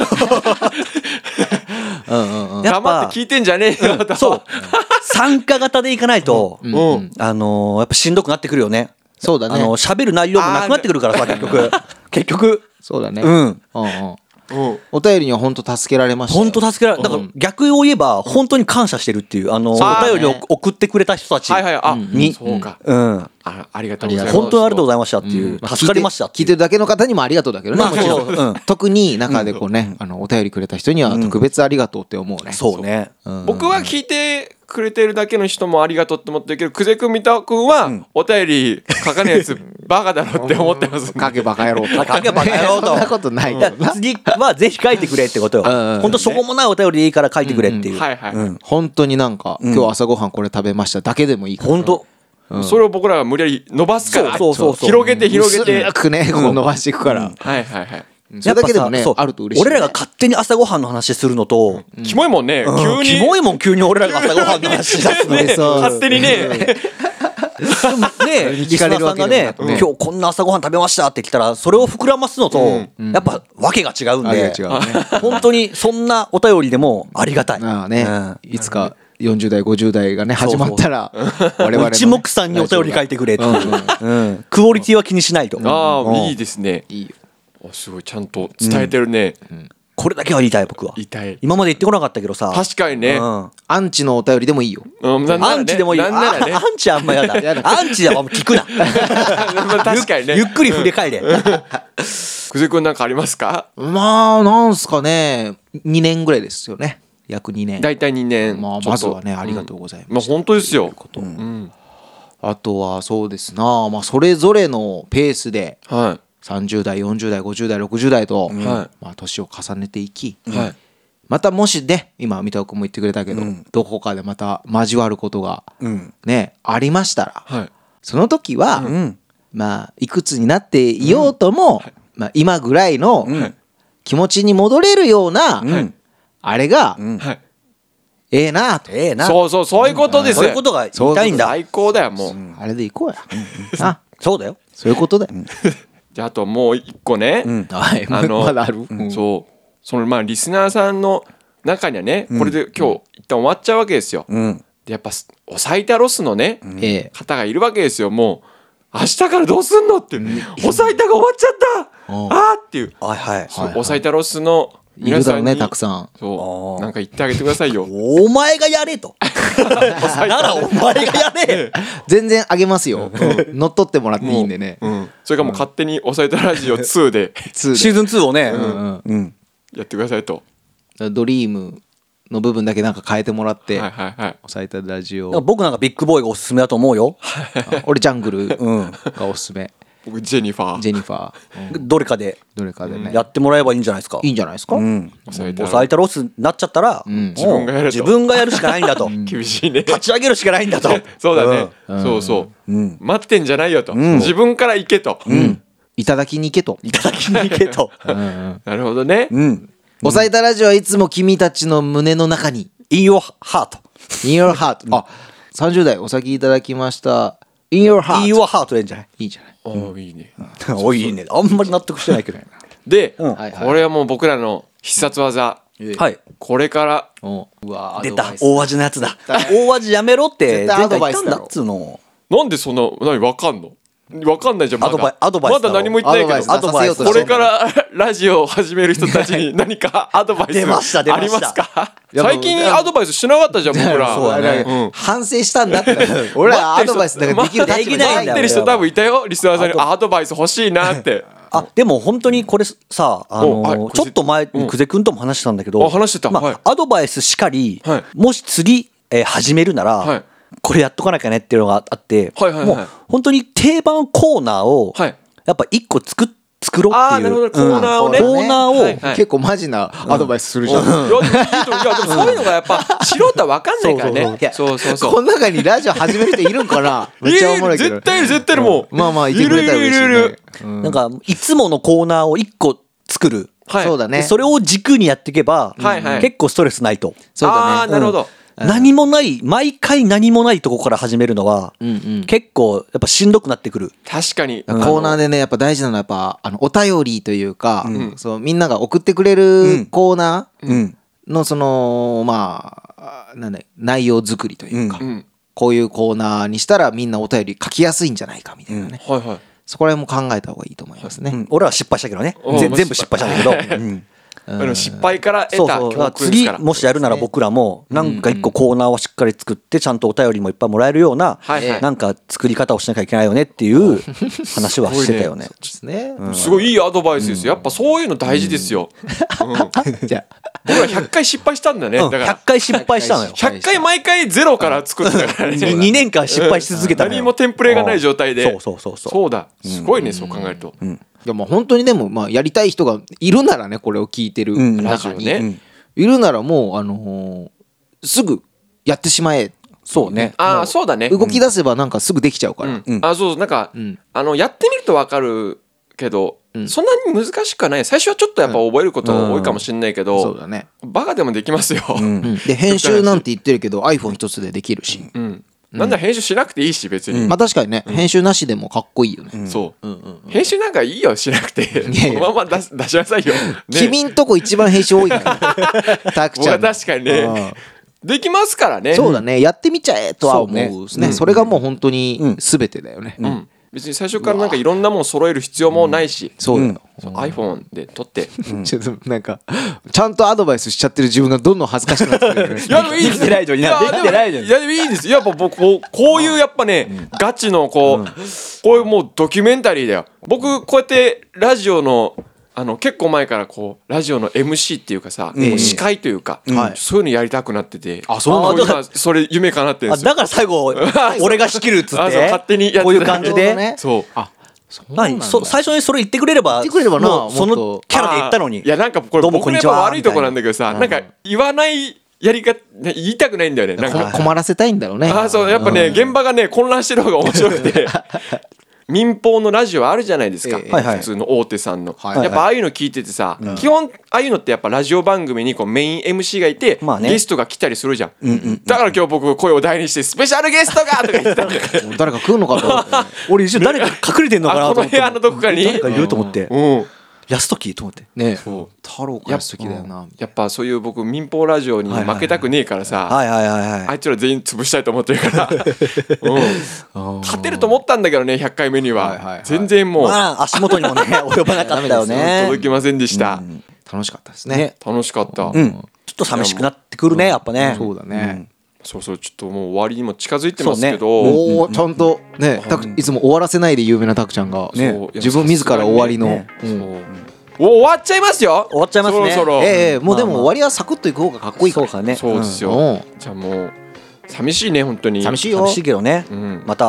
うんうんうん
やっぱ
黙って聞いてんじゃねえよと。
そう参加型でいかないと、
うん
うん
うん
あのーやっぱしんどくなってくるよね
そうだね
あの喋る内容もなくなってくるからさ結局結局
そうだね、
うん
うんうん
うん。
お便りには本当助けられましたよ
本当助けられだから逆を言えば本当に感謝してるっていうあの
そうだね
お便りを送ってくれた人たち
はいはいあ
に
そうか。
うん
あありがとうございます。
本当にありがとうございましたっていう、
まあ
助かりましたっていう
聞いてるだけの方にもありがとうだけどね、
まあ
もちろん、
そううん
特に中でこうね、あのお便りくれた人には特別ありがとうって思うね、
そうね
うん
僕は聞いてくれてるだけの人もありがとうって思ってるけど、久世君三田君はお便り書かねえやつバカだろって思ってます。
かけバカ野郎と
かけバカ野郎と
そんなことない
いや
けどな
次はぜひ書いてくれってことよ
うんうん
本当しょうもないお便りでいいから書いてくれっていう
はいはい。
うん
本当になんか、今日朝ごはんこれ食べましただけでもいいから
本当
それを僕らが無理やり伸ばすから。
そうそうそうそう
広げて広げて。
薄くねこう伸ばしていくから、
はいはいはい。
それだけでもね
そう
あると嬉しい、
俺らが勝手に朝ごはんの話するのと
キモいもんね。急に。
キモいもん急に俺らが朝ごはんの話し出すの
ね
ね
そう
勝手にね。
ねリスナーさんがね
うん
今日こんな朝ごはん食べましたって来たらそれを膨らますのとやっぱわけが違うん
あれ
で
が違うね
本当にそんなお便りでもありがたい
まあね、
うん
いつかよんじゅう代ごじゅう代がね
そうそう
始まったら我々のね
一目散にお便り書いてくれっていう
うんうん
うんクオリティは気にしないと
ああいい
で
ですね。
いいよ
あすごいちゃんと伝えてるね。
これだけは言いたい僕は
痛い。
今まで言ってこなかったけどさ
確かにね。
うん
アンチのお便りでもいいよ
うんなんならね
アンチでもいい
なんならね
あ。アンチはあんまやだアンチはもう聞くな
確かにね。
ゆっくり振り返れ
久世君なんかありますか？
まあなんすかねにねんぐらいですよね約にねん
大体にねん。
まあ
ちょっと
まずはねありがとうござい
まあ
ます、
本当ですよ。
こと
うん。
あとはそうですなまあそれぞれのペースで
は
さんじゅう代よんじゅう代ごじゅう代ろくじゅう代と、
はい
まあ年を重ねていき、
いはい。
またもしね今三田君も言ってくれたけど、
うん
どこかでまた交わることが
うん
ねありましたら
はい。
その時は、
うん
まあいくつになっていようとも、まあ、今ぐらいの
うん
気持ちに戻れるような、
うん
あれが
うん
はい。
ええなと、
ええな
そうそうそういうことです。
そういうことが言いたいんだ
最高だよもう。
あれでいこうや、あ
そうだよ
そういうことだよ、
じゃああともう一個ね。
うん
はい
あの
まだある、うん
そうそのまあリスナーさんの中にはねこれで今日一旦終わっちゃうわけですよ。
うん
でやっぱおさいたロスのね
ええ
方がいるわけですよ。もう明日からどうすんのっておさいたが終わっちゃった
うん
あーっていう
はいはい
はい
おさいたロスの
いるだろうんね
皆さに
たくさん
そ
あー
うなんか言ってあげてくださいよ。
お前がやれとならお前がやれ
全然あげますよ、うん乗っ取ってもらっていいんでね
うん、それからもう勝手におさいたラジオツーで
ツー
シーズンツーをね
ん
うん
やってくださいと。
でドリームの部分だけなんか変えてもらって、
はいはいはい。
抑えたラジオ
僕なんかビッグボーイがおすすめだと思うよ
あ俺ジャングル
うん
がおすすめ
僕ジェニファー
ジェニファー、うん、
どれかで
どれかでね、
やってもらえばいいんじゃないですか。
いいんじゃないですか、
うん、
抑えたら
抑えたロスになっちゃったら、
ん
自分がやる自分がやるしかないんだと
厳しいね。
立ち上げるしかないんだと
そうだね、
うん
そうそう、
うん
待ってんじゃないよと、
ん
自分から行けと、
うんいただきに行けと、
いただきに行けと
なるほどね、
うん
抑えたラジオはいつも君たちの胸の中に
In your heart
In your heart、あ、さんじゅう代お先いただきました。 In your heart
In your heart でいいんじゃない
いいじゃない。
おーいいね。
おいいね。あんまり納得してないけど
で、
うん
はいはい
これはもう僕らの必殺技、
はい
これから
おうわア
出
ドバイス
た大味のやつだ大味やめろって
絶対アドバイスだろ
前回言ったんだっつうの。
なんでそんな何わかんのわかんないじゃんまだ
アドバイアドバイスだろ
まだ何も言ってないけど
アドバイス
これからラジオを始める人たちに何かアドバイス
出ました出
あ
ました
りますか？
いや
最近アドバイスしなかったじゃん僕ら。
そうだね
うん
反省したんだって俺らアドバイスなんかできる立場じゃないんだよ
待ってる人多分いたよリスナーさんにアドバイス欲しいなって。
あでも本当にこれさあ
おはい
のちょっと前
うん
久世君とも話したんだけど
あ話してた
ま
はい
あアドバイスしかり
はい
もし次えー始めるな
はい
らこれやっとかなきゃねっていうのがあって
はいはいはい
もう本当に定番コーナーを
はい
やっぱ一個作っ作ろうっていう
あーなるほどコーナーをね
うんコーナーを
はいはい
結構マジなアドバイスするじゃん、
いやでもいいといやでもそういうのがやっぱ素人は分かんないからね。
そうそうそういや
そうそうそう。
この中にラジオ始める人いるんかなめっちゃおもろいけど
絶対いる絶対いるもう。
まあまあいてくれたら嬉しい、ね、
いるいるいる
うん
なんかいつものコーナーを一個作る
はい
そうだね
でそれを軸にやっていけば
はいはい
結構ストレスないと
そうだね
ああなるほど。
何もない毎回何もないとこから始めるのは
うんうん
結構やっぱしんどくなってくる
確かに。
コーナーでねやっぱ大事なのはやっぱあのお便りというか、
ん
そうみんなが送ってくれるコーナ
うん
ーのそのまあなんだ内容作りというか、
うん。
こういうコーナーにしたらみんなお便り書きやすいんじゃないかみたいなね、
はいはい。
そこら辺も考えた方がいいと思いますね、
うん俺は失敗したけどね
おう
ぜ全部失敗したんだけどうん
あの失敗から得た
そうそうだから
教訓ですから。
次もしやるなら僕らもなんか一個コーナーをしっかり作ってちゃんとお便りもいっぱいもらえるような
はいはい
なんか作り方をしなきゃいけないよねっていう話はしてたよね
ですね、
すごいいいアドバイスですよ。やっぱそういうの大事ですよ。うん
じゃあ
僕らひゃっかい失敗したんだね。
うん
だから
ひゃっかい失敗したのよ
ひゃっかい毎回ゼロから作ってたからね。
にねんかん失敗し続けたのよ
何もテンプレがない状態で。
そうそうそうそう
そうだ。すごいねそう考えると。
いやもう本当にでもまあやりたい人がいるならねこれを聞いてる
うん
中に、
ラジオね
いるならもうあのーすぐやってしまえ。
そうね
ああそうだね。
動き出せばなんかすぐできちゃうから、
うん
うん
あそうそうなんか
ん
あのやってみるとわかるけどそんなに難しくはない。最初はちょっとやっぱ覚えること多いかもしれないけど
そうだね、
バカでもできますよ。
うんで編集なんて言ってるけど iPhone 一つでできるし、
うん。なんだ編集しなくていいし別に。
まあ確かにね、編集なしでもかっこいいよね、
そう。編集なんかいいよしなくて。
やいや
このまま出す出しなさいよ。ね
君んとこ一番編集多いからたく
僕は
ちゃんの
確かにね。できますからね。
そうだねやってみちゃえとは思うですね
そうね
それがもう本当に全てだよね、
うん。別に最初からなんかいろんなもん揃える必要もないし。
そうだよ、
そう iPhone で撮って。
ちょっとなんかちゃんとアドバイスしちゃってる自分がどんどん恥ずかしくなってくるよね
いやでもいいです
できてないじゃん
いや
できてないじゃん
でもいやでもいいですやっぱ僕こうこういうやっぱねガチのこうこういうもうドキュメンタリーだよ。僕こうやってラジオのあの結構前からこうラジオの エムシー っていうかさ、こう司会というか、
はい
そういうのやりたくなってて、
あそうなん
だ
今それ夢叶ってるんですよ。
あだから最後俺が仕切るっつっ
あそう
て
勝手にやってた
こういう感じで
なるほどね
そう
あそうなんだ
何そ最初にそれ言ってくれれば
言ってくれればな
もうそ
もっと
のキャラで言ったのに
いやなんかこれ
どうも
僕のやっ
こんにちは
ぱ悪いとこなんだけどさ、なんか言わないやり方ね言いたくないんだよね。なん
こ
か
困らせたいんだろうね
あそうやっぱね現場がね混乱してる方が面白くて民放のラジオあるじゃないですか、
ええ
はいはい
普通の大手さんの、
はい
やっぱああいうの聞いててさ、基本ああいうのってやっぱラジオ番組にこうメイン エムシー がいて、
まあね
ゲストが来たりするじゃん、だから今日僕声を大にしてスペシャルゲストがとか言ってたんだよ
誰か来るのかと思って
俺一瞬誰か隠れてんのかなと思って
あこの部屋のどこかに
誰かいると思って
うん
安時と思って
ね
そう
太郎からす時だよな
やっぱそういう僕民放ラジオに負けたくねえからさ、
はいはいはいはい
あいつら全員潰したいと思ってるから、うん、勝てると思ったんだけどねひゃっかいめには、
はいはいはい
全然もう、
まあ足元にもね及ばなかったよね
届きませんでした、
楽しかったですね
ね
楽しかった、
うんちょっと寂しくなってくるねやっぱね
そうだね
そうそうちょっともう終わりにも近づいてますけど、
おおちゃんとねたくいつも終わらせないで有名なたくちゃんが
ね
そう自分自ら終わりの
ね
うん
そうお終わっちゃいますよ
終わっちゃいますね
そろそろ、
ええもうでも
まあまあ
終わりはサクッといく方がかっこいいから
そうかね
そうですよ、
うん
じゃあもう寂しいね本当に
寂しいよ
寂しいけどね
うん
また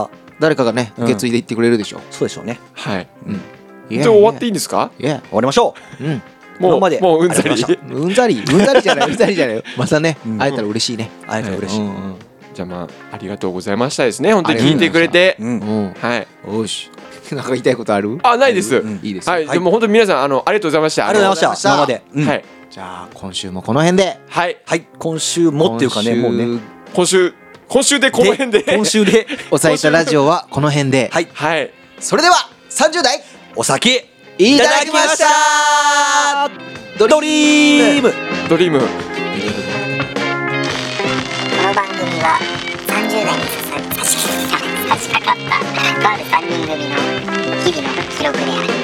誰かがね
うん
受け継いでいってくれるでしょ。
そうでしょうね。
はい
い
じゃあ終わっていいんですか？
いや
終わりましょう。
うん
もう
今まで
もううんざり
ありがとうございま
うんざりうんざりじゃないうんざりじゃないよ。またね
うん
会えたら嬉しいね。
ありがとう嬉しい。
うんうん
じゃあまあありがとうございましたですね本当に聞いてくれて
うん。
うん
はい
よしなんか言いたいことある？
あないです
うんいいですよ。
はいでも本当に皆さんあのありがとうございました
ありがとうございました。今ま
あり
で。うん
はい
じゃあ今週もこの辺で。
はい
はい。今週もっていうかね、もうね。
今週今週でこの辺で
今週で。
おさいたラジオはこの辺で。
はい。
はい
それではさんじゅう代
お酒
いただきました
ドリーム。
ドリーム
この番組はさんじゅう代に差し差し掛かったとあるさんにん組の日々の記録である